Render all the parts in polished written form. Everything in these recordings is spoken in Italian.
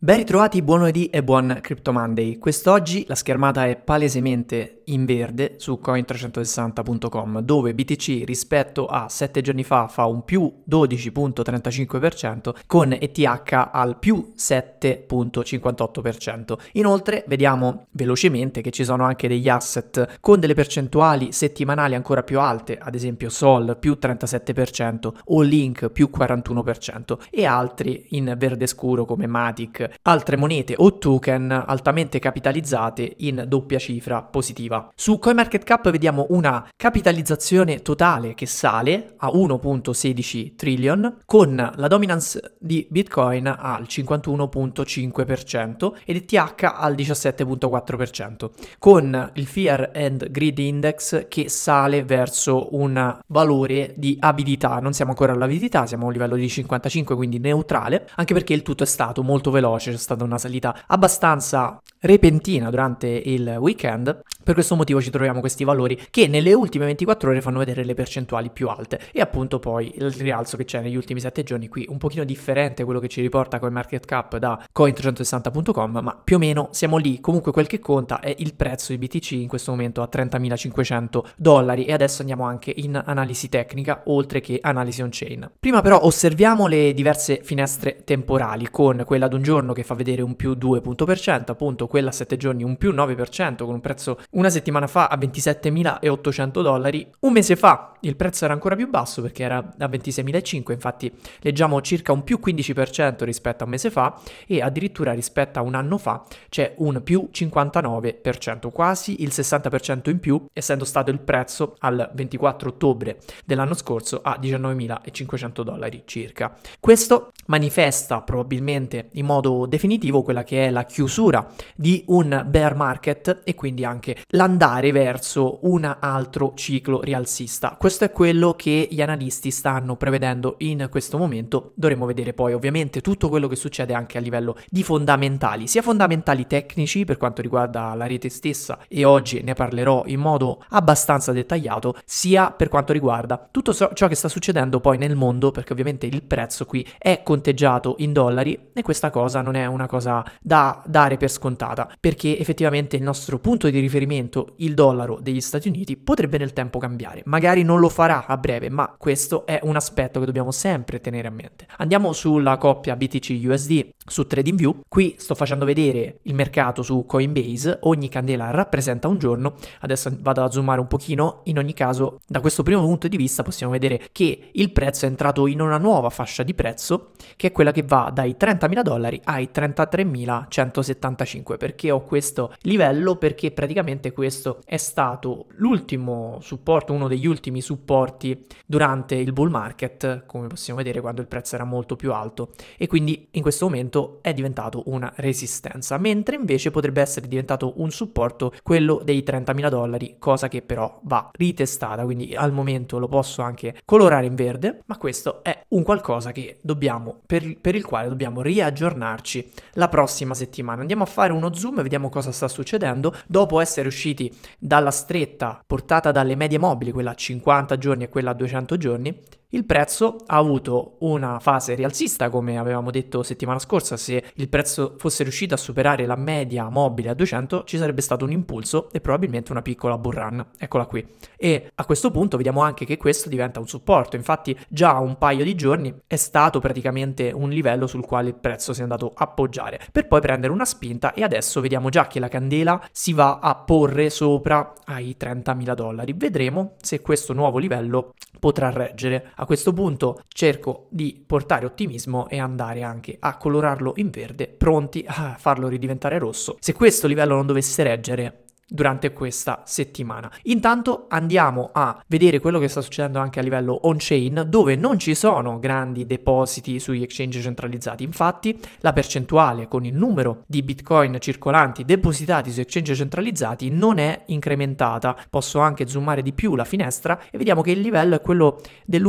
Ben ritrovati, buon lunedì e buon Crypto Monday. Quest'oggi la schermata è palesemente in verde su coin360.com, dove BTC rispetto a 7 giorni fa un più 12,35% con ETH al più 7,58%. Inoltre vediamo velocemente che ci sono anche degli asset con delle percentuali settimanali ancora più alte, ad esempio Sol più 37% o Link più 41% e altri in verde scuro come Matic, altre monete o token altamente capitalizzate in doppia cifra positiva. Su CoinMarketCap vediamo una capitalizzazione totale che sale a 1,16 trillion con la dominance di Bitcoin al 51,5% ed ETH al 17,4%, con il Fear and Greed Index che sale verso un valore di avidità. Non siamo ancora all'avidità, siamo a un livello di 55, quindi neutrale, anche perché il tutto è stato molto veloce, c'è stata una salita abbastanza repentina durante il weekend. Per questo motivo ci troviamo questi valori che nelle ultime 24 ore fanno vedere le percentuali più alte e appunto poi il rialzo che c'è negli ultimi 7 giorni, qui un pochino differente quello che ci riporta CoinMarketCap da coin360.com, ma più o meno siamo lì. Comunque quel che conta è il prezzo di BTC in questo momento a $30.500 e adesso andiamo anche in analisi tecnica oltre che analisi on-chain. Prima però osserviamo le diverse finestre temporali, con quella ad un giorno che fa vedere un più 2%, appunto quella a 7 giorni un più 9% con un prezzo una settimana fa a $27.800, un mese fa il prezzo era ancora più basso perché era a $26.500, infatti leggiamo circa un più 15% rispetto a un mese fa e addirittura rispetto a un anno fa c'è un più 59%, quasi il 60% in più, essendo stato il prezzo al 24 ottobre dell'anno scorso a $19.500 circa. Questo manifesta probabilmente in modo definitivo quella che è la chiusura di un bear market e quindi anche l'andare verso un altro ciclo rialzista. Questo è quello che gli analisti stanno prevedendo in questo momento. Dovremo vedere poi ovviamente tutto quello che succede anche a livello di fondamentali, sia fondamentali tecnici per quanto riguarda la rete stessa, e oggi ne parlerò in modo abbastanza dettagliato, sia per quanto riguarda tutto ciò che sta succedendo poi nel mondo, perché ovviamente il prezzo qui è conteggiato in dollari e questa cosa non è una cosa da dare per scontata, perché effettivamente il nostro punto di riferimento, il dollaro degli Stati Uniti, potrebbe nel tempo cambiare. Magari non lo farà a breve, ma questo è un aspetto che dobbiamo sempre tenere a mente. Andiamo sulla coppia BTC-USD su TradingView. Qui sto facendo vedere il mercato su Coinbase, ogni candela rappresenta un giorno. Adesso vado a zoomare un pochino. In ogni caso, da questo primo punto di vista possiamo vedere che il prezzo è entrato in una nuova fascia di prezzo, che è quella che va dai $30.000 ai $33.175. Perché ho questo livello? Perché praticamente questo è stato l'ultimo supporto, uno degli ultimi supporti durante il bull market, come possiamo vedere, quando il prezzo era molto più alto, e quindi in questo momento è diventato una resistenza, mentre invece potrebbe essere diventato un supporto quello dei $30.000, cosa che però va ritestata, quindi al momento lo posso anche colorare in verde, ma questo è un qualcosa che dobbiamo per il quale dobbiamo riaggiornarci la prossima settimana. Andiamo a fare uno zoom e vediamo cosa sta succedendo. Dopo essere usciti dalla stretta portata dalle medie mobili, quella a 50 giorni e quella a 200 giorni, il prezzo ha avuto una fase rialzista, come avevamo detto settimana scorsa. Se il prezzo fosse riuscito a superare la media mobile a 200 ci sarebbe stato un impulso e probabilmente una piccola bull run, eccola qui, e a questo punto vediamo anche che questo diventa un supporto. Infatti già un paio di giorni è stato praticamente un livello sul quale il prezzo si è andato a appoggiare per poi prendere una spinta, e adesso vediamo già che la candela si va a porre sopra ai $30.000. Vedremo se questo nuovo livello potrà reggere. A questo punto cerco di portare ottimismo e andare anche a colorarlo in verde, pronti a farlo ridiventare rosso se questo livello non dovesse reggere durante questa settimana. Intanto andiamo a vedere quello che sta succedendo anche a livello on-chain, dove non ci sono grandi depositi sugli exchange centralizzati. Infatti la percentuale con il numero di bitcoin circolanti depositati su exchange centralizzati non è incrementata. Posso anche zoomare di più la finestra e vediamo che il livello è quello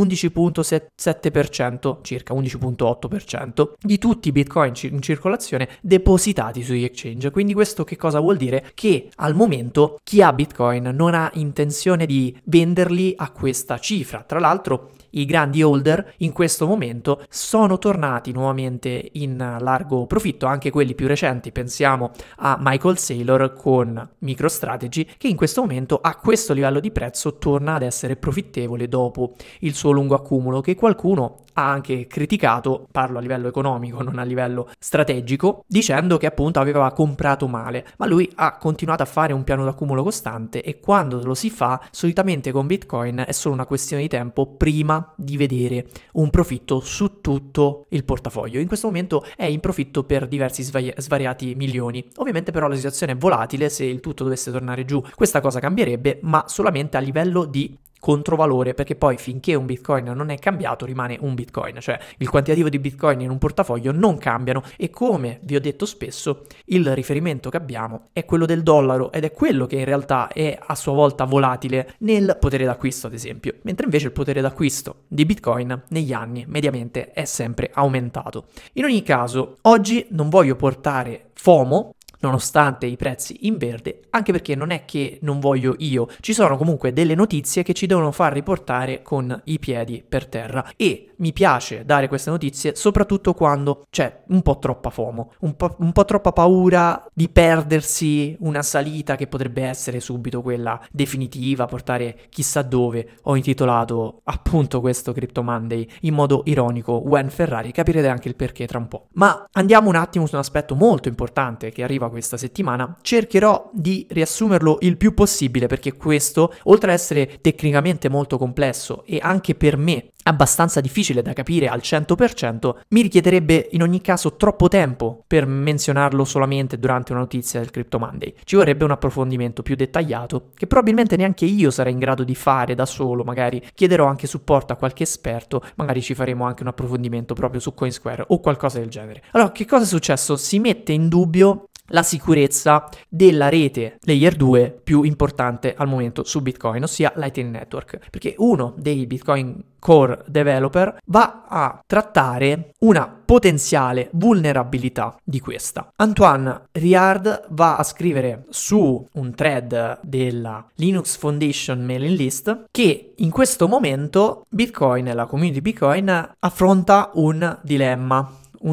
dell'11,7%, circa 11,8% di tutti i bitcoin in circolazione depositati sugli exchange. Quindi questo che cosa vuol dire? Che al momento chi ha bitcoin non ha intenzione di venderli a questa cifra. Tra l'altro i grandi holder in questo momento sono tornati nuovamente in largo profitto, anche quelli più recenti, pensiamo a Michael Saylor con MicroStrategy, che in questo momento a questo livello di prezzo torna ad essere profittevole dopo il suo lungo accumulo, che qualcuno ha anche criticato, parlo a livello economico, non a livello strategico, dicendo che appunto aveva comprato male, ma lui ha continuato a fare un piano d'accumulo costante e quando lo si fa, solitamente con Bitcoin è solo una questione di tempo prima di vedere un profitto su tutto il portafoglio. In questo momento è in profitto per diversi svariati milioni. Ovviamente però la situazione è volatile, se il tutto dovesse tornare giù questa cosa cambierebbe, ma solamente a livello di controvalore, perché poi finché un Bitcoin non è cambiato rimane un Bitcoin, cioè il quantitativo di Bitcoin in un portafoglio non cambiano e come vi ho detto spesso il riferimento che abbiamo è quello del dollaro ed è quello che in realtà è a sua volta volatile nel potere d'acquisto ad esempio, mentre invece il potere d'acquisto di Bitcoin negli anni mediamente è sempre aumentato. In ogni caso oggi non voglio portare FOMO nonostante i prezzi in verde, anche perché non è che non voglio io, ci sono comunque delle notizie che ci devono far riportare con i piedi per terra e mi piace dare queste notizie soprattutto quando c'è un po' troppa FOMO, un po' troppa paura di perdersi una salita che potrebbe essere subito quella definitiva, portare chissà dove. Ho intitolato appunto questo Crypto Monday in modo ironico When Ferrari, capirete anche il perché tra un po'. Ma andiamo un attimo su un aspetto molto importante che arriva questa settimana, cercherò di riassumerlo il più possibile perché questo, oltre ad essere tecnicamente molto complesso e anche per me abbastanza difficile da capire al 100%, mi richiederebbe in ogni caso troppo tempo per menzionarlo solamente durante una notizia del Crypto Monday. Ci vorrebbe un approfondimento più dettagliato che probabilmente neanche io sarei in grado di fare da solo, magari chiederò anche supporto a qualche esperto, magari ci faremo anche un approfondimento proprio su Coinsquare o qualcosa del genere. Allora, che cosa è successo? Si mette in dubbio la sicurezza della rete Layer 2 più importante al momento su Bitcoin, ossia Lightning Network, perché uno dei Bitcoin Core Developer va a trattare una potenziale vulnerabilità di questa. Antoine Riard va a scrivere su un thread della Linux Foundation mailing list che in questo momento Bitcoin e la community Bitcoin affronta un dilemma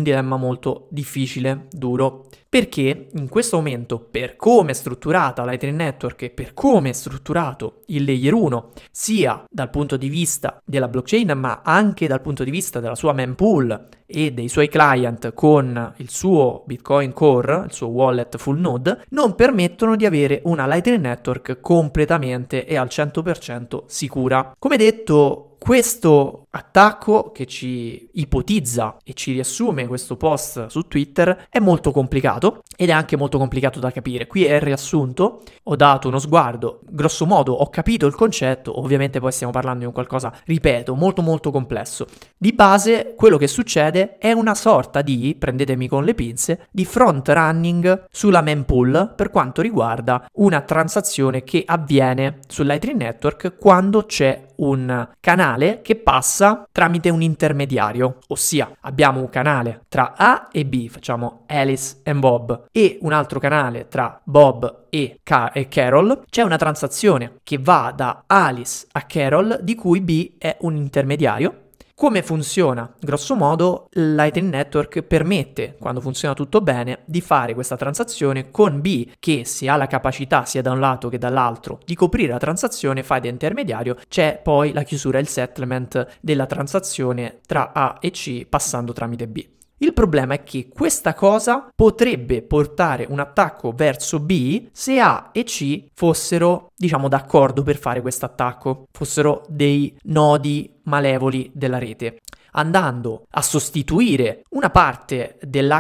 molto difficile, duro, perché in questo momento, per come è strutturata Lightning Network e per come è strutturato il Layer 1, sia dal punto di vista della blockchain, ma anche dal punto di vista della sua mempool e dei suoi client con il suo Bitcoin Core, il suo wallet full node, non permettono di avere una Lightning Network completamente e al 100% sicura. Come detto, questo attacco che ci ipotizza e ci riassume questo post su Twitter è molto complicato ed è anche molto complicato da capire. Qui è il riassunto, ho dato uno sguardo, grosso modo ho capito il concetto, ovviamente poi stiamo parlando di un qualcosa, ripeto, molto molto complesso. Di base quello che succede è una sorta di, prendetemi con le pinze, di front running sulla mempool per quanto riguarda una transazione che avviene sul Lightning Network quando c'è un canale che passa tramite un intermediario, ossia abbiamo un canale tra A e B, facciamo Alice e Bob, e un altro canale tra Bob e Carol. C'è una transazione che va da Alice a Carol di cui B è un intermediario. Come funziona? Grosso modo, Lightning Network permette, quando funziona tutto bene, di fare questa transazione con B che se ha la capacità sia da un lato che dall'altro di coprire la transazione, fa da intermediario, c'è poi la chiusura e il settlement della transazione tra A e C passando tramite B. Il problema è che questa cosa potrebbe portare un attacco verso B se A e C fossero, diciamo, d'accordo per fare questo attacco, fossero dei nodi malevoli della rete, andando a sostituire una parte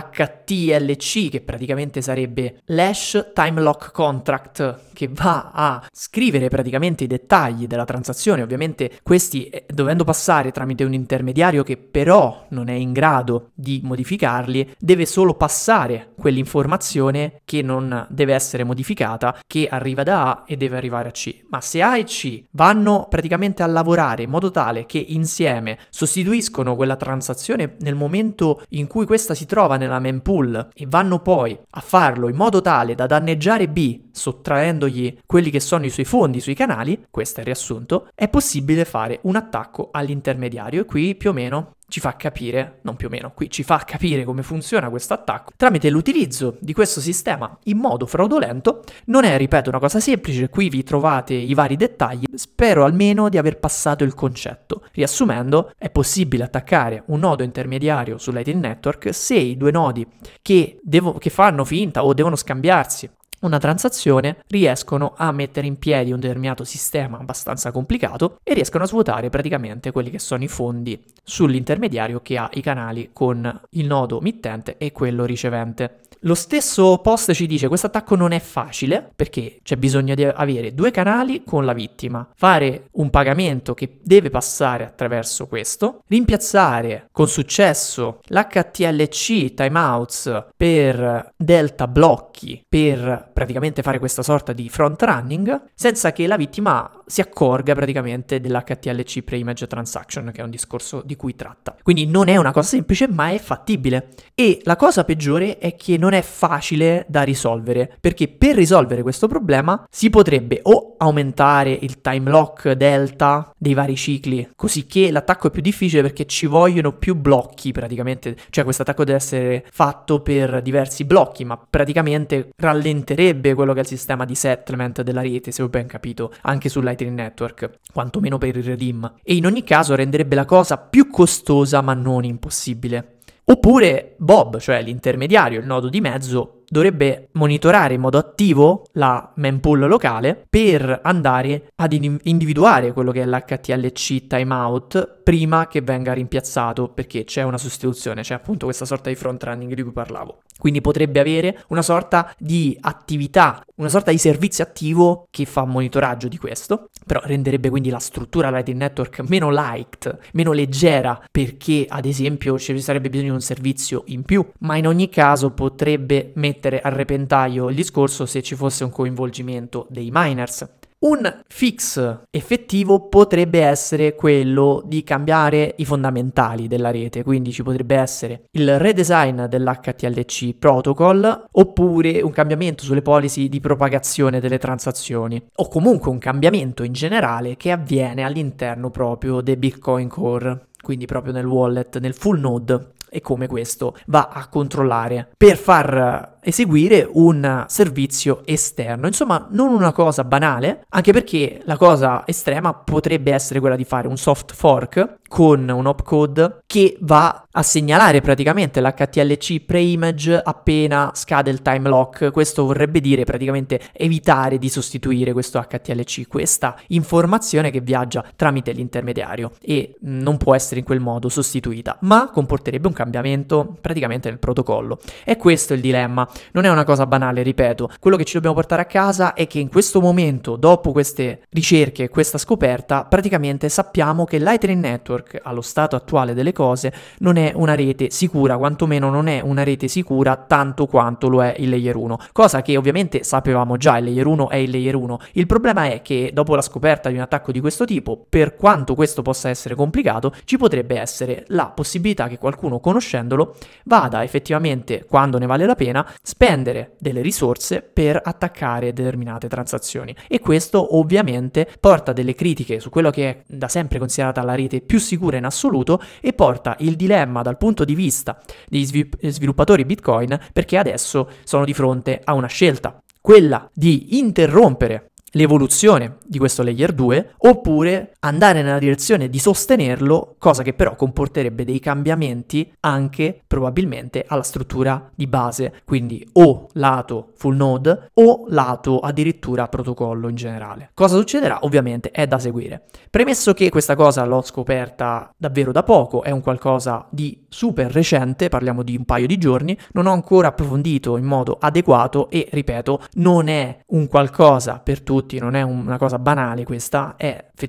dell'HTLC che praticamente sarebbe l'hash time lock contract, che va a scrivere praticamente i dettagli della transazione, ovviamente questi dovendo passare tramite un intermediario che però non è in grado di modificarli, deve solo passare quell'informazione che non deve essere modificata, che arriva da A e deve arrivare a C. Ma se A e C vanno praticamente a lavorare in modo tale che insieme sostituiscono quella transazione nel momento in cui questa si trova nella mempool e vanno poi a farlo in modo tale da danneggiare B, sottraendogli quelli che sono i suoi fondi sui canali, questo è il riassunto, è possibile fare un attacco all'intermediario. E qui più o meno ci fa capire, non più o meno, qui ci fa capire come funziona questo attacco tramite l'utilizzo di questo sistema in modo fraudolento. Non è, ripeto, una cosa semplice, qui vi trovate i vari dettagli, spero almeno di aver passato il concetto. Riassumendo, è possibile attaccare un nodo intermediario su Lightning Network se i due nodi che fanno finta o devono scambiarsi una transazione riescono a mettere in piedi un determinato sistema abbastanza complicato e riescono a svuotare praticamente quelli che sono i fondi sull'intermediario che ha i canali con il nodo mittente e quello ricevente. Lo stesso post ci dice: questo attacco non è facile perché c'è bisogno di avere due canali con la vittima, fare un pagamento che deve passare attraverso questo, rimpiazzare con successo l'HTLC timeouts per delta blocchi per praticamente fare questa sorta di front running senza che la vittima si accorga praticamente dell'HTLC pre-image transaction, che è un discorso di cui tratta. Quindi non è una cosa semplice, ma è fattibile. E la cosa peggiore è che non è facile da risolvere, perché per risolvere questo problema si potrebbe o aumentare il time lock delta dei vari cicli, così che l'attacco è più difficile perché ci vogliono più blocchi praticamente, cioè questo attacco deve essere fatto per diversi blocchi, ma praticamente rallenterebbe quello che è il sistema di settlement della rete, se ho ben capito, anche su Lightning Network, quantomeno per il redeem, e in ogni caso renderebbe la cosa più costosa ma non impossibile. Oppure Bob, cioè l'intermediario, il nodo di mezzo, dovrebbe monitorare in modo attivo la mempool locale per andare ad individuare quello che è l'HTLC timeout prima che venga rimpiazzato, perché c'è una sostituzione, c'è appunto questa sorta di front running di cui parlavo. Quindi potrebbe avere una sorta di attività, una sorta di servizio attivo che fa monitoraggio di questo, però renderebbe quindi la struttura Lightning Network meno light, meno leggera, perché ad esempio ci sarebbe bisogno di un servizio in più, ma in ogni caso potrebbe mettere a repentaglio il discorso se ci fosse un coinvolgimento dei miners. Un fix effettivo potrebbe essere quello di cambiare i fondamentali della rete, quindi ci potrebbe essere il redesign dell'HTLC protocol oppure un cambiamento sulle policy di propagazione delle transazioni o comunque un cambiamento in generale che avviene all'interno proprio dei Bitcoin Core, quindi proprio nel wallet, nel full node, e come questo va a controllare per far eseguire un servizio esterno. Insomma, non una cosa banale, anche perché la cosa estrema potrebbe essere quella di fare un soft fork con un opcode che va a segnalare praticamente l'HTLC pre-image appena scade il time lock. Questo vorrebbe dire praticamente evitare di sostituire questo HTLC, questa informazione che viaggia tramite l'intermediario e non può essere in quel modo sostituita, ma comporterebbe un cambiamento praticamente nel protocollo. E questo è il dilemma. Non è una cosa banale, ripeto. Quello che ci dobbiamo portare a casa è che in questo momento, dopo queste ricerche e questa scoperta, praticamente sappiamo che Lightning Network, allo stato attuale delle cose, non è una rete sicura, quantomeno non è una rete sicura tanto quanto lo è il Layer 1, cosa che ovviamente sapevamo già, il Layer 1 è il Layer 1. Il problema è che dopo la scoperta di un attacco di questo tipo, per quanto questo possa essere complicato, ci potrebbe essere la possibilità che qualcuno, conoscendolo, vada effettivamente, quando ne vale la pena, spendere delle risorse per attaccare determinate transazioni. E questo ovviamente porta delle critiche su quello che è da sempre considerata la rete più sicura in assoluto e porta il dilemma dal punto di vista degli sviluppatori Bitcoin, perché adesso sono di fronte a una scelta, quella di interrompere l'evoluzione di questo layer 2 oppure andare nella direzione di sostenerlo, cosa che però comporterebbe dei cambiamenti anche probabilmente alla struttura di base, quindi o lato full node o lato addirittura protocollo in generale. Cosa succederà? Ovviamente è da seguire. Premesso che questa cosa l'ho scoperta davvero da poco, è un qualcosa di super recente, parliamo di un paio di giorni, non ho ancora approfondito in modo adeguato e ripeto, non è un qualcosa per tutti, non è una cosa banale questa, è effettivamente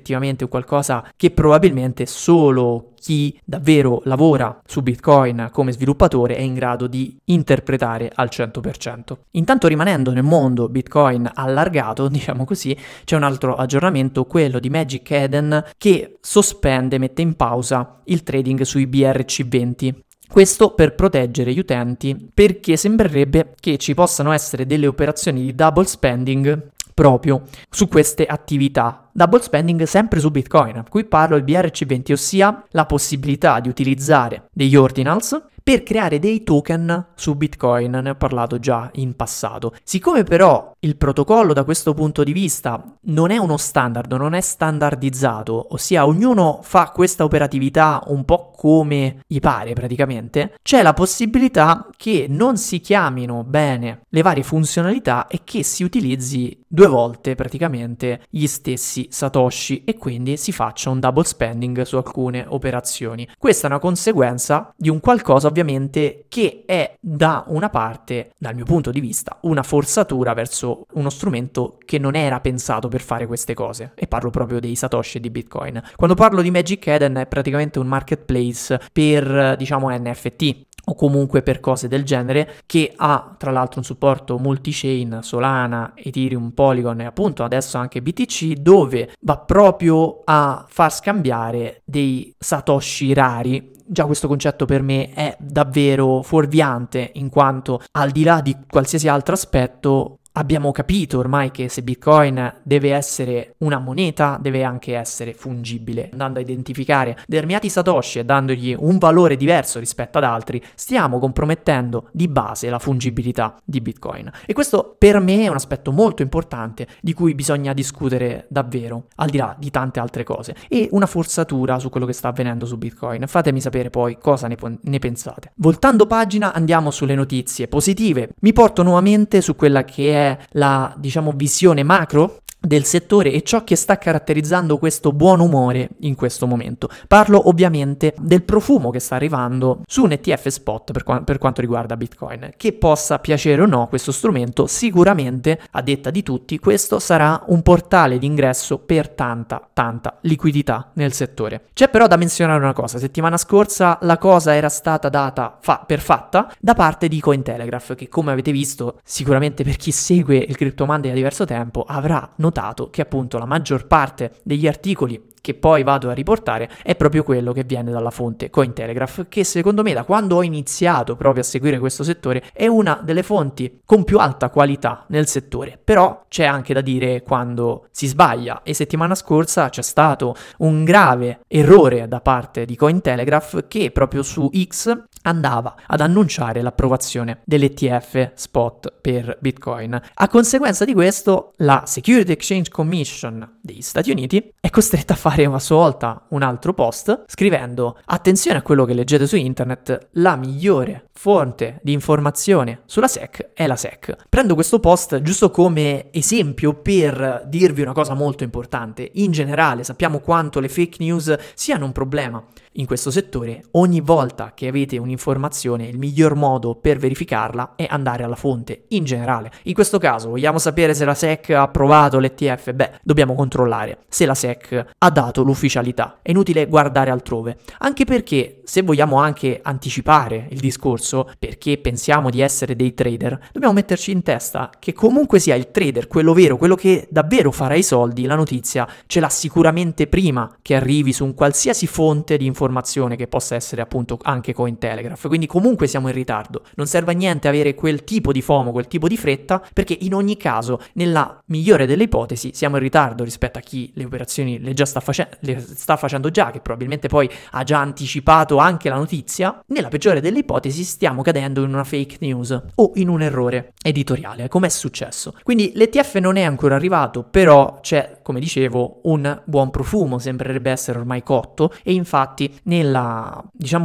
un qualcosa che probabilmente solo chi davvero lavora su Bitcoin come sviluppatore è in grado di interpretare al 100%. Intanto, rimanendo nel mondo Bitcoin allargato, diciamo così, c'è un altro aggiornamento, quello di Magic Eden, che sospende, mette in pausa il trading sui BRC20. Questo per proteggere gli utenti, perché sembrerebbe che ci possano essere delle operazioni di double spending proprio su queste attività. Double spending sempre su Bitcoin. Qui parlo del BRC20, ossia la possibilità di utilizzare degli ordinals per creare dei token su Bitcoin. Ne ho parlato già in passato. Siccome però il protocollo da questo punto di vista non è uno standard, non è standardizzato, ossia ognuno fa questa operatività un po' come gli pare praticamente, c'è la possibilità che non si chiamino bene le varie funzionalità e che si utilizzi 2 volte praticamente gli stessi Satoshi e quindi si faccia un double spending su alcune operazioni. Questa è una conseguenza di un qualcosa ovviamente che è da una parte, dal mio punto di vista, una forzatura verso uno strumento che non era pensato per fare queste cose, e parlo proprio dei Satoshi e di Bitcoin. Quando parlo di Magic Eden è praticamente un marketplace per, diciamo, NFT o comunque per cose del genere, che ha tra l'altro un supporto multi-chain, Solana, Ethereum, Polygon e appunto adesso anche BTC, dove va proprio a far scambiare dei Satoshi rari. Già questo concetto per me è davvero fuorviante, in quanto al di là di qualsiasi altro aspetto abbiamo capito ormai che se Bitcoin deve essere una moneta, deve anche essere fungibile. Andando a identificare determinati Satoshi e dandogli un valore diverso rispetto ad altri, stiamo compromettendo di base la fungibilità di Bitcoin. E questo per me è un aspetto molto importante di cui bisogna discutere davvero, al di là di tante altre cose. E una forzatura su quello che sta avvenendo su Bitcoin. Fatemi sapere poi cosa ne pensate. Voltando pagina andiamo sulle notizie positive. Mi porto nuovamente su quella che è la, diciamo, visione macro del settore e ciò che sta caratterizzando questo buon umore in questo momento. Parlo ovviamente del profumo che sta arrivando su un ETF spot per quanto riguarda Bitcoin. Che possa piacere o no questo strumento, sicuramente a detta di tutti questo sarà un portale d'ingresso per tanta liquidità nel settore. C'è però da menzionare una cosa: settimana scorsa la cosa era stata data per fatta da parte di Cointelegraph, che come avete visto sicuramente per chi segue il Crypto Monday da diverso tempo avrà notato che appunto la maggior parte degli articoli che poi vado a riportare è proprio quello che viene dalla fonte Cointelegraph, che secondo me da quando ho iniziato proprio a seguire questo settore è una delle fonti con più alta qualità nel settore. Però c'è anche da dire quando si sbaglia, e settimana scorsa c'è stato un grave errore da parte di Cointelegraph che proprio su X andava ad annunciare l'approvazione dell'ETF spot per Bitcoin. A conseguenza di questo la Security Exchange Commission degli Stati Uniti è costretta a fare a sua volta un altro post scrivendo: attenzione a quello che leggete su internet, la migliore fonte di informazione sulla SEC è la SEC. Prendo questo post giusto come esempio per dirvi una cosa molto importante. In generale sappiamo quanto le fake news siano un problema in questo settore. Ogni volta che avete un'informazione, il miglior modo per verificarla è andare alla fonte in generale. In questo caso vogliamo sapere se la SEC ha approvato l'ETF? Beh, dobbiamo controllare se la SEC ha dato l'ufficialità. È inutile guardare altrove, anche perché se vogliamo anche anticipare il discorso, perché pensiamo di essere dei trader, dobbiamo metterci in testa che comunque sia il trader, quello vero, quello che davvero farà i soldi, la notizia ce l'ha sicuramente prima che arrivi su un qualsiasi fonte di informazione che possa essere appunto anche Cointelegraph. Quindi comunque siamo in ritardo. Non serve a niente avere quel tipo di FOMO, quel tipo di fretta, perché in ogni caso, nella migliore delle ipotesi, siamo in ritardo rispetto a chi le operazioni le sta facendo già, che probabilmente poi ha già anticipato anche la notizia. Nella peggiore delle ipotesi stiamo cadendo in una fake news o in un errore editoriale, come è successo. Quindi l'ETF non è ancora arrivato, però c'è, come dicevo, un buon profumo, sembrerebbe essere ormai cotto, e infatti nella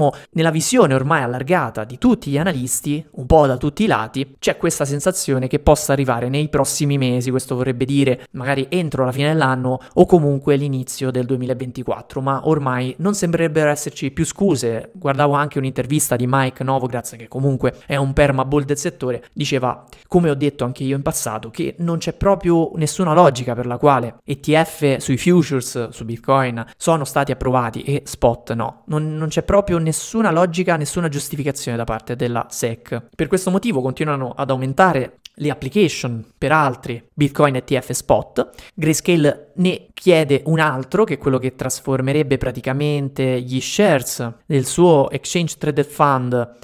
visione ormai allargata di tutti gli analisti, un po' da tutti i lati, c'è questa sensazione che possa arrivare nei prossimi mesi. Questo vorrebbe dire magari entro la fine dell'anno o comunque l'inizio del 2024, ma ormai non sembrerebbero esserci più scuse. Guardavo anche un'intervista di Mike Novogratz, che comunque è un permabull del settore, diceva, come ho detto anche io in passato, che non c'è proprio nessuna logica per la quale ETF sui futures, su Bitcoin, sono stati approvati e spot no. Non c'è proprio nessuna logica, nessuna giustificazione da parte della SEC. Per questo motivo continuano ad aumentare le application per altri Bitcoin ETF spot. Grayscale ne chiede un altro, che è quello che trasformerebbe praticamente gli shares del suo Exchange Traded Fund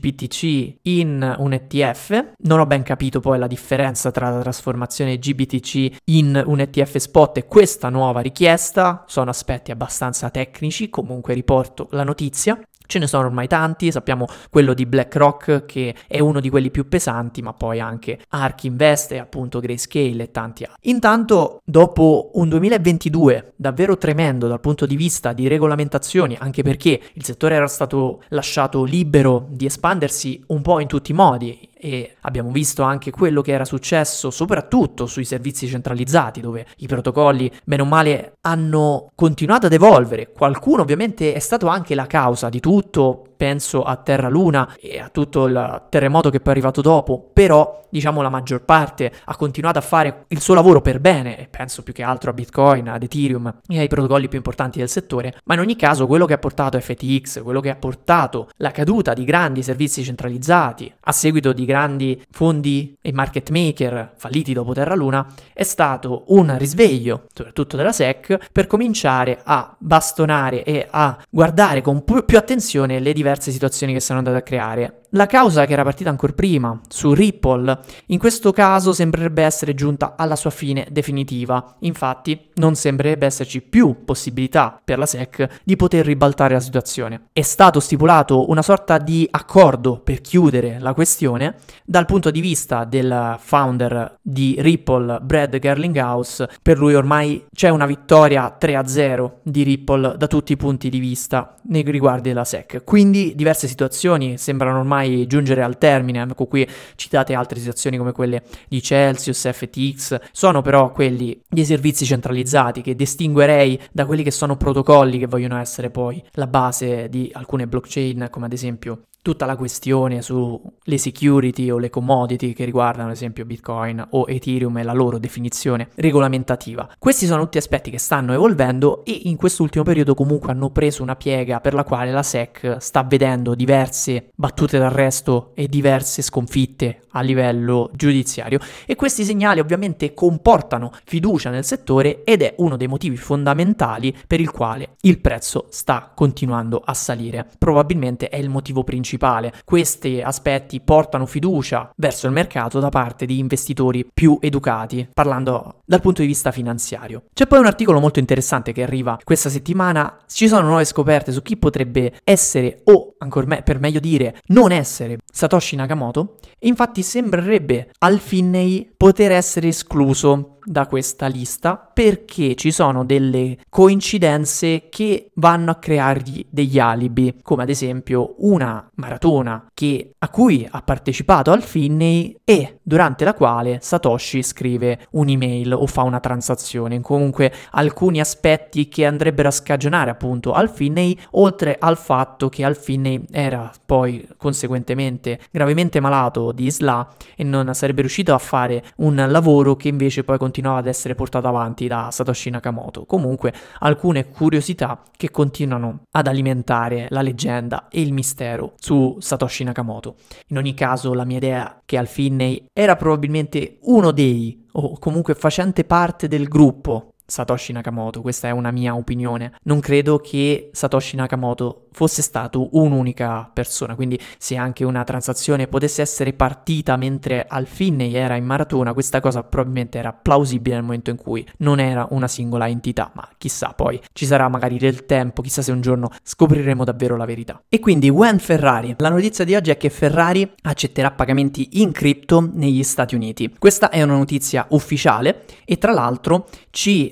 GBTC in un ETF. Non ho ben capito poi la differenza tra la trasformazione GBTC in un ETF spot e questa nuova richiesta. Sono aspetti abbastanza tecnici, comunque riporto la notizia. Ce ne sono ormai tanti, sappiamo quello di BlackRock che è uno di quelli più pesanti, ma poi anche ARK Invest e appunto Grayscale e tanti altri. Intanto, dopo un 2022 davvero tremendo dal punto di vista di regolamentazioni, anche perché il settore era stato lasciato libero di espandersi un po' in tutti i modi, e abbiamo visto anche quello che era successo soprattutto sui servizi centralizzati, dove i protocolli bene o male hanno continuato ad evolvere. Qualcuno ovviamente è stato anche la causa di tutto, penso a Terra Luna e a tutto il terremoto che poi è arrivato dopo, però diciamo la maggior parte ha continuato a fare il suo lavoro per bene, e penso più che altro a Bitcoin, ad Ethereum e ai protocolli più importanti del settore. Ma in ogni caso quello che ha portato FTX, quello che ha portato la caduta di grandi servizi centralizzati a seguito di grandi fondi e market maker falliti dopo Terra Luna, è stato un risveglio soprattutto della SEC per cominciare a bastonare e a guardare con più attenzione le diverse situazioni che sono andate a creare. La causa, che era partita ancora prima su Ripple, in questo caso sembrerebbe essere giunta alla sua fine definitiva. Infatti non sembrerebbe esserci più possibilità per la SEC di poter ribaltare la situazione. È stato stipulato una sorta di accordo per chiudere la questione. Dal punto di vista del founder di Ripple, Brad Garlinghouse, per lui ormai c'è una vittoria 3-0 di Ripple da tutti i punti di vista nei riguardi della SEC. Quindi diverse situazioni sembrano ormai giungere al termine. Ecco, qui citate altre situazioni come quelle di Celsius, FTX, sono però quelli dei servizi centralizzati che distinguerei da quelli che sono protocolli che vogliono essere poi la base di alcune blockchain, come ad esempio tutta la questione sulle security o le commodity che riguardano ad esempio Bitcoin o Ethereum e la loro definizione regolamentativa. Questi sono tutti aspetti che stanno evolvendo e in quest'ultimo periodo comunque hanno preso una piega per la quale la SEC sta vedendo diverse battute d'arresto e diverse sconfitte a livello giudiziario, e questi segnali ovviamente comportano fiducia nel settore ed è uno dei motivi fondamentali per il quale il prezzo sta continuando a salire. Probabilmente è il motivo principale. Questi aspetti portano fiducia verso il mercato da parte di investitori più educati, parlando dal punto di vista finanziario. C'è poi un articolo molto interessante che arriva questa settimana. Ci sono nuove scoperte su chi potrebbe essere, o ancora per meglio dire non essere, Satoshi Nakamoto. Infatti sembrerebbe Al Finney poter essere escluso da questa lista perché ci sono delle coincidenze che vanno a creargli degli alibi, come ad esempio una maratona a cui ha partecipato Al Finney e durante la quale Satoshi scrive un'email o fa una transazione. Comunque alcuni aspetti che andrebbero a scagionare appunto Al Finney, oltre al fatto che Al Finney era poi conseguentemente gravemente malato di SLA e non sarebbe riuscito a fare un lavoro che invece poi continuava ad essere portato avanti da Satoshi Nakamoto. Comunque alcune curiosità che continuano ad alimentare la leggenda e il mistero su Satoshi Nakamoto. In ogni caso la mia idea è che Al Finney era probabilmente uno dei, o comunque facente parte del gruppo Satoshi Nakamoto. Questa è una mia opinione. Non credo che Satoshi Nakamoto fosse stato un'unica persona, quindi se anche una transazione potesse essere partita mentre Al Finney era in maratona, questa cosa probabilmente era plausibile nel momento in cui non era una singola entità, ma chissà, poi ci sarà magari del tempo, chissà se un giorno scopriremo davvero la verità. E quindi when Ferrari, la notizia di oggi è che Ferrari accetterà pagamenti in cripto negli Stati Uniti. Questa è una notizia ufficiale e tra l'altro ci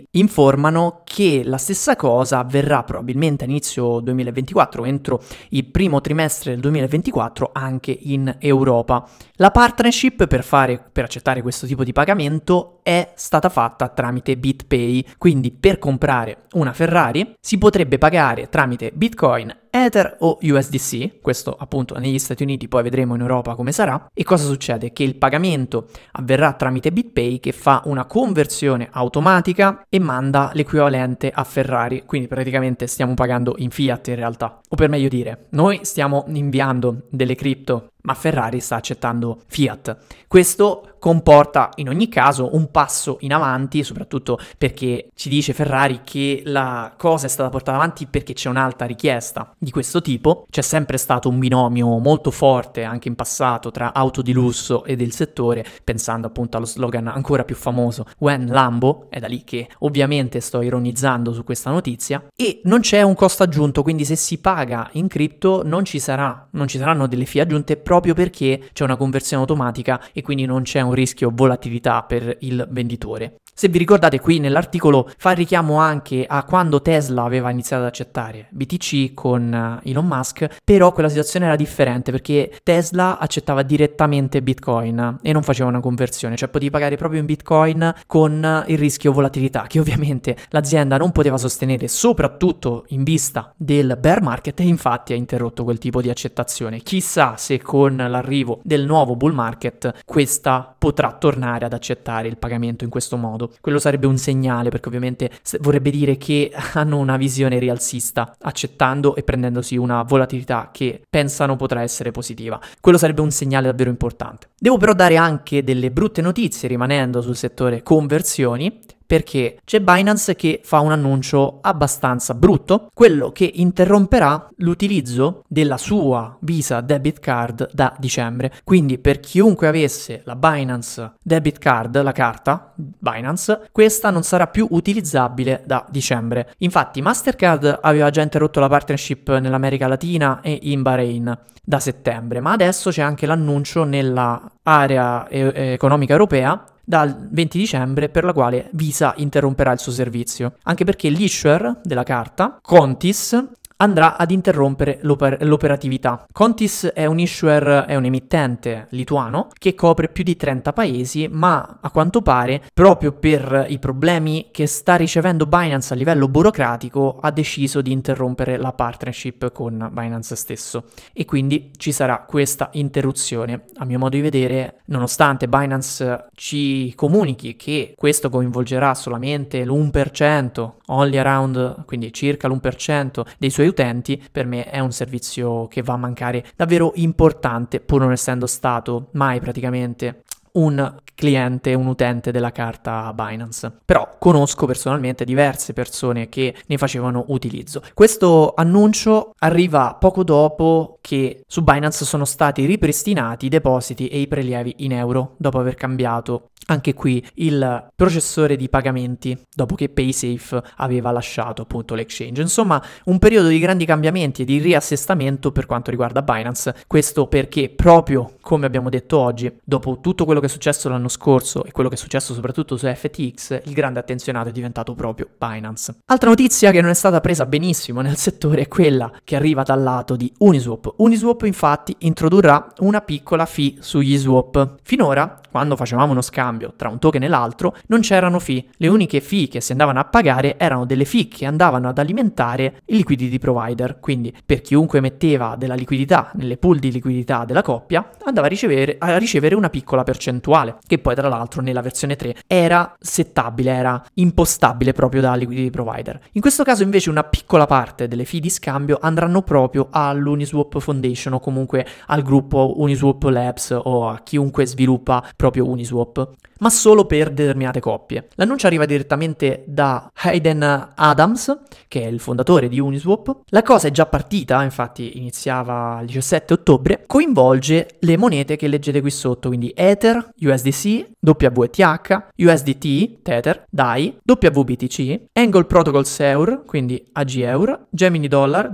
ci informano che la stessa cosa avverrà probabilmente a inizio 2024, entro il primo trimestre del 2024, anche in Europa. La partnership per accettare questo tipo di pagamento è stata fatta tramite BitPay, quindi per comprare una Ferrari si potrebbe pagare tramite Bitcoin, Ether o USDC, questo appunto negli Stati Uniti, poi vedremo in Europa come sarà. E cosa succede? Che il pagamento avverrà tramite BitPay, che fa una conversione automatica e manda l'equivalente a Ferrari, quindi praticamente stiamo pagando in fiat in realtà, o per meglio dire, noi stiamo inviando delle cripto ma Ferrari sta accettando fiat. Questo comporta in ogni caso un passo in avanti, soprattutto perché ci dice Ferrari che la cosa è stata portata avanti perché c'è un'alta richiesta di questo tipo. C'è sempre stato un binomio molto forte anche in passato tra auto di lusso e del settore, pensando appunto allo slogan ancora più famoso When Lambo, è da lì che ovviamente sto ironizzando su questa notizia, e non c'è un costo aggiunto, quindi se si paga in cripto non ci saranno delle fee aggiunte, proprio perché c'è una conversione automatica e quindi non c'è un rischio volatilità per il venditore. Se vi ricordate, qui nell'articolo fa richiamo anche a quando Tesla aveva iniziato ad accettare BTC con Elon Musk, però quella situazione era differente perché Tesla accettava direttamente Bitcoin e non faceva una conversione, cioè potevi pagare proprio in Bitcoin con il rischio volatilità che ovviamente l'azienda non poteva sostenere, soprattutto in vista del bear market, e infatti ha interrotto quel tipo di accettazione. Chissà se con l'arrivo del nuovo bull market questa potrà tornare ad accettare il pagamento in questo modo. Quello sarebbe un segnale, perché ovviamente vorrebbe dire che hanno una visione rialzista, accettando e prendendosi una volatilità che pensano potrà essere positiva. Quello sarebbe un segnale davvero importante. Devo però dare anche delle brutte notizie rimanendo sul settore conversioni, perché c'è Binance che fa un annuncio abbastanza brutto, quello che interromperà l'utilizzo della sua Visa Debit Card da dicembre. Quindi per chiunque avesse la Binance Debit Card, la carta Binance, questa non sarà più utilizzabile da dicembre. Infatti Mastercard aveva già interrotto la partnership nell'America Latina e in Bahrain da settembre, ma adesso c'è anche l'annuncio nella area economica europea dal 20 dicembre per la quale Visa interromperà il suo servizio, anche perché l'issuer della carta, Contis, andrà ad interrompere l'operatività. Contis è un issuer, è un emittente lituano che copre più di 30 paesi, ma a quanto pare, proprio per i problemi che sta ricevendo Binance a livello burocratico, ha deciso di interrompere la partnership con Binance stesso. E quindi ci sarà questa interruzione. A mio modo di vedere, nonostante Binance ci comunichi che questo coinvolgerà solamente l'1%, only around, quindi circa l'1% dei suoi utenti, per me è un servizio che va a mancare davvero importante, pur non essendo stato mai praticamente un cliente, un utente della carta Binance. Però conosco personalmente diverse persone che ne facevano utilizzo. Questo annuncio arriva poco dopo che su Binance sono stati ripristinati i depositi e i prelievi in euro, dopo aver cambiato anche qui il processore di pagamenti, dopo che PaySafe aveva lasciato appunto l'exchange. Insomma, un periodo di grandi cambiamenti e di riassestamento per quanto riguarda Binance. Questo perché, proprio come abbiamo detto oggi, dopo tutto quello che è successo l'anno scorso e quello che è successo soprattutto su FTX, il grande attenzionato è diventato proprio Binance. Altra notizia che non è stata presa benissimo nel settore è quella che arriva dal lato di Uniswap. Uniswap infatti introdurrà una piccola fee sugli swap. Finora, quando facevamo uno scambio tra un token e l'altro, non c'erano fee. Le uniche fee che si andavano a pagare erano delle fee che andavano ad alimentare il liquidity provider. Quindi per chiunque metteva della liquidità nelle pool di liquidità della coppia, andava a ricevere una piccola percentuale, che poi tra l'altro nella versione 3 era settabile, era impostabile proprio da liquidity provider. In questo caso invece una piccola parte delle fee di scambio andranno proprio all'Uniswap Foundation o comunque al gruppo Uniswap Labs o a chiunque sviluppa proprio Uniswap, ma solo per determinate coppie. L'annuncio arriva direttamente da Hayden Adams, che è il fondatore di Uniswap. La cosa è già partita, infatti iniziava il 17 ottobre, coinvolge le monete che leggete qui sotto, quindi Ether, USDC, WETH, USDT, Tether, DAI, WBTC, Angle Protocol SEUR, quindi AGEUR, Gemini Dollar,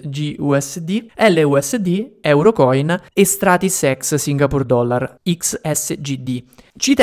GUSD, LUSD, Eurocoin e Stratis X Singapore Dollar, XSGD. Ci tengono a precisare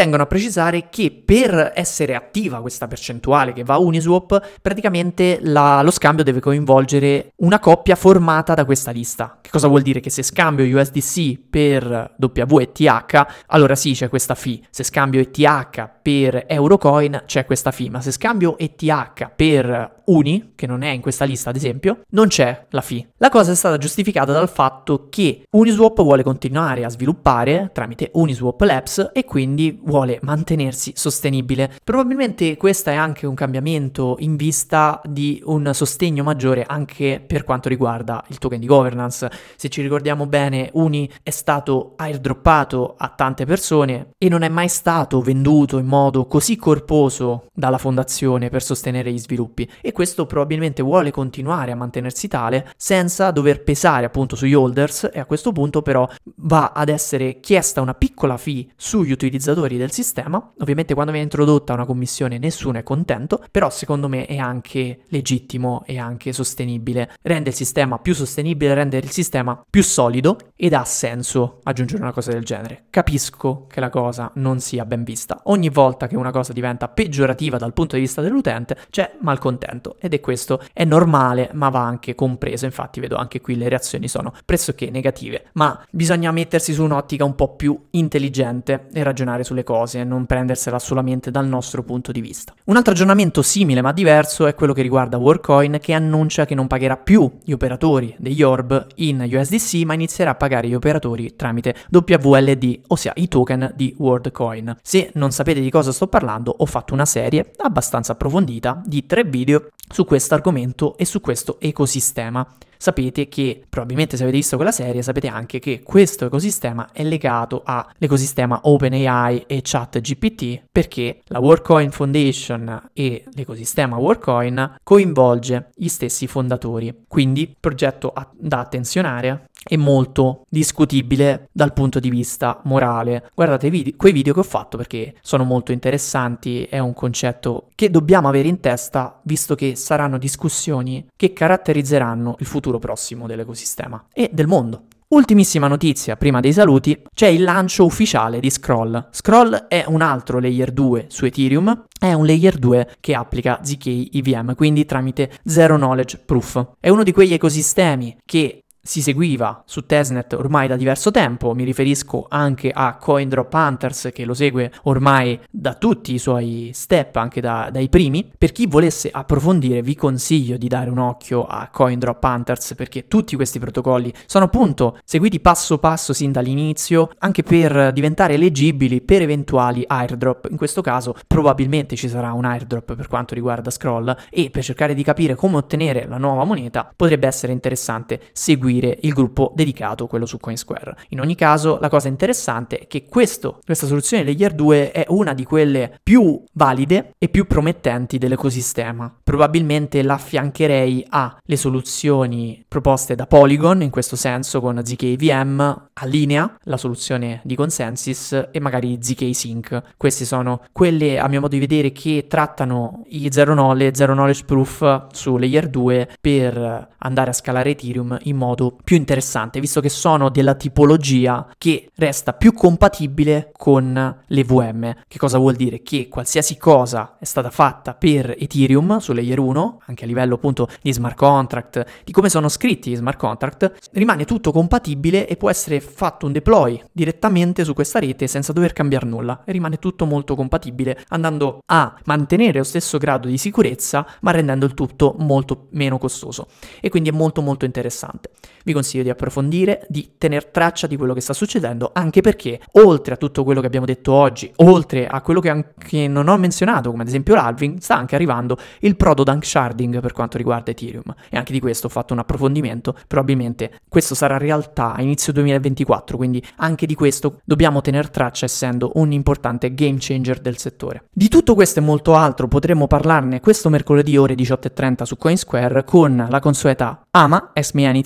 precisare che per essere attiva questa percentuale che va a Uniswap, praticamente lo scambio deve coinvolgere una coppia formata da questa lista. Che cosa vuol dire? Che se scambio USDC per WETH, allora sì, c'è questa fee. Se scambio ETH per Eurocoin, c'è questa fee. Ma se scambio ETH per Uni, che non è in questa lista ad esempio, non c'è la fee. La cosa è stata giustificata dal fatto che Uniswap vuole continuare a sviluppare tramite Uniswap Labs e quindi vuole mantenersi sostenibile. Probabilmente questo è anche un cambiamento in vista di un sostegno maggiore anche per quanto riguarda il token di governance. Se ci ricordiamo bene, Uni è stato airdroppato a tante persone e non è mai stato venduto in modo così corposo dalla fondazione per sostenere gli sviluppi, e questo probabilmente vuole continuare a mantenersi tale senza dover pesare appunto sugli holders, e a questo punto però va ad essere chiesta una piccola fee sugli utilizzatori del sistema. Ovviamente quando viene introdotta una commissione nessuno è contento, però secondo me è anche legittimo e anche sostenibile. Rende il sistema più sostenibile, rende il sistema più solido ed ha senso aggiungere una cosa del genere. Capisco che la cosa non sia ben vista. Ogni volta che una cosa diventa peggiorativa dal punto di vista dell'utente c'è malcontento, ed è questo, è normale, ma va anche compreso. Infatti vedo anche qui le reazioni sono pressoché negative, ma bisogna mettersi su un'ottica un po' più intelligente e ragionare sulle cose e non prendersela solamente dal nostro punto di vista. Un altro aggiornamento simile ma diverso è quello che riguarda Worldcoin, che annuncia che non pagherà più gli operatori degli orb in USDC, ma inizierà a pagare gli operatori tramite WLD, ossia i token di Worldcoin. Se non sapete di cosa sto parlando, ho fatto una serie abbastanza approfondita di 3 video su questo argomento e su questo ecosistema. Sapete che, probabilmente se avete visto quella serie, sapete anche che questo ecosistema è legato all'ecosistema OpenAI e ChatGPT, perché la Worldcoin Foundation e l'ecosistema Worldcoin coinvolge gli stessi fondatori. Quindi, progetto da attenzionare e molto discutibile dal punto di vista morale. Guardate quei video che ho fatto perché sono molto interessanti, è un concetto che dobbiamo avere in testa, visto che saranno discussioni che caratterizzeranno il futuro prossimo dell'ecosistema e del mondo. Ultimissima notizia, prima dei saluti, c'è il lancio ufficiale di Scroll. Scroll è un altro layer 2 su Ethereum, è un layer 2 che applica ZK EVM, quindi tramite Zero Knowledge Proof. È uno di quegli ecosistemi che si seguiva su testnet ormai da diverso tempo. Mi riferisco anche a CoinDrop Hunters, che lo segue ormai da tutti i suoi step, anche dai primi. Per chi volesse approfondire vi consiglio di dare un occhio a CoinDrop Hunters, perché tutti questi protocolli sono appunto seguiti passo passo sin dall'inizio, anche per diventare eleggibili per eventuali airdrop. In questo caso probabilmente ci sarà un airdrop per quanto riguarda Scroll, e per cercare di capire come ottenere la nuova moneta potrebbe essere interessante seguire il gruppo dedicato, quello su Coinsquare. In ogni caso, la cosa interessante è che questa soluzione layer 2 è una di quelle più valide e più promettenti dell'ecosistema. Probabilmente la affiancherei alle soluzioni proposte da Polygon, in questo senso con ZK-VM, Alinea, la soluzione di Consensus, e magari ZK-Sync. Queste sono quelle, a mio modo di vedere, che trattano i Zero Knowledge Proof su layer 2 per andare a scalare Ethereum in modo più interessante, visto che sono della tipologia che resta più compatibile con l'EVM. Che cosa vuol dire? Che qualsiasi cosa è stata fatta per Ethereum su layer 1, anche a livello appunto di smart contract, di come sono scritti gli smart contract, rimane tutto compatibile e può essere fatto un deploy direttamente su questa rete senza dover cambiare nulla, e rimane tutto molto compatibile, andando a mantenere lo stesso grado di sicurezza ma rendendo il tutto molto meno costoso, e quindi è molto molto interessante. Vi consiglio di approfondire, di tener traccia di quello che sta succedendo, anche perché oltre a tutto quello che abbiamo detto oggi, oltre a quello che non ho menzionato, come ad esempio l'halving, sta anche arrivando il proto-dunk sharding per quanto riguarda Ethereum, e anche di questo ho fatto un approfondimento. Probabilmente questo sarà realtà a inizio 2024, quindi anche di questo dobbiamo tener traccia, essendo un importante game changer del settore. Di tutto questo e molto altro potremo parlarne questo mercoledì ore 18:30 su Coinsquare con la consueta AMA, Ask Me Anything,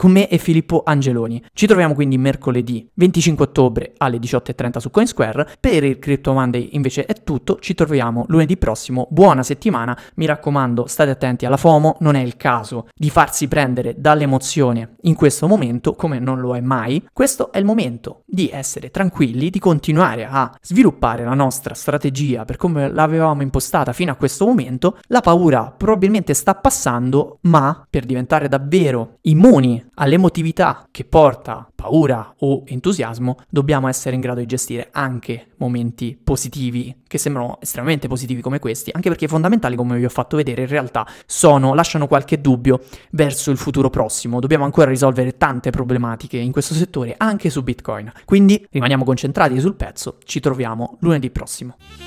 con me e Filippo Angeloni. Ci troviamo quindi mercoledì 25 ottobre alle 18:30 su Coinsquare. Per il Crypto Monday invece è tutto, ci troviamo lunedì prossimo, buona settimana, mi raccomando state attenti alla FOMO, non è il caso di farsi prendere dall'emozione in questo momento, come non lo è mai. Questo è il momento di essere tranquilli, di continuare a sviluppare la nostra strategia per come l'avevamo impostata fino a questo momento. La paura probabilmente sta passando, ma per diventare davvero immuni all'emotività che porta paura o entusiasmo, dobbiamo essere in grado di gestire anche momenti positivi, che sembrano estremamente positivi come questi, anche perché fondamentali, come vi ho fatto vedere, in realtà lasciano qualche dubbio verso il futuro prossimo. Dobbiamo ancora risolvere tante problematiche in questo settore, anche su Bitcoin. Quindi rimaniamo concentrati sul pezzo, ci troviamo lunedì prossimo.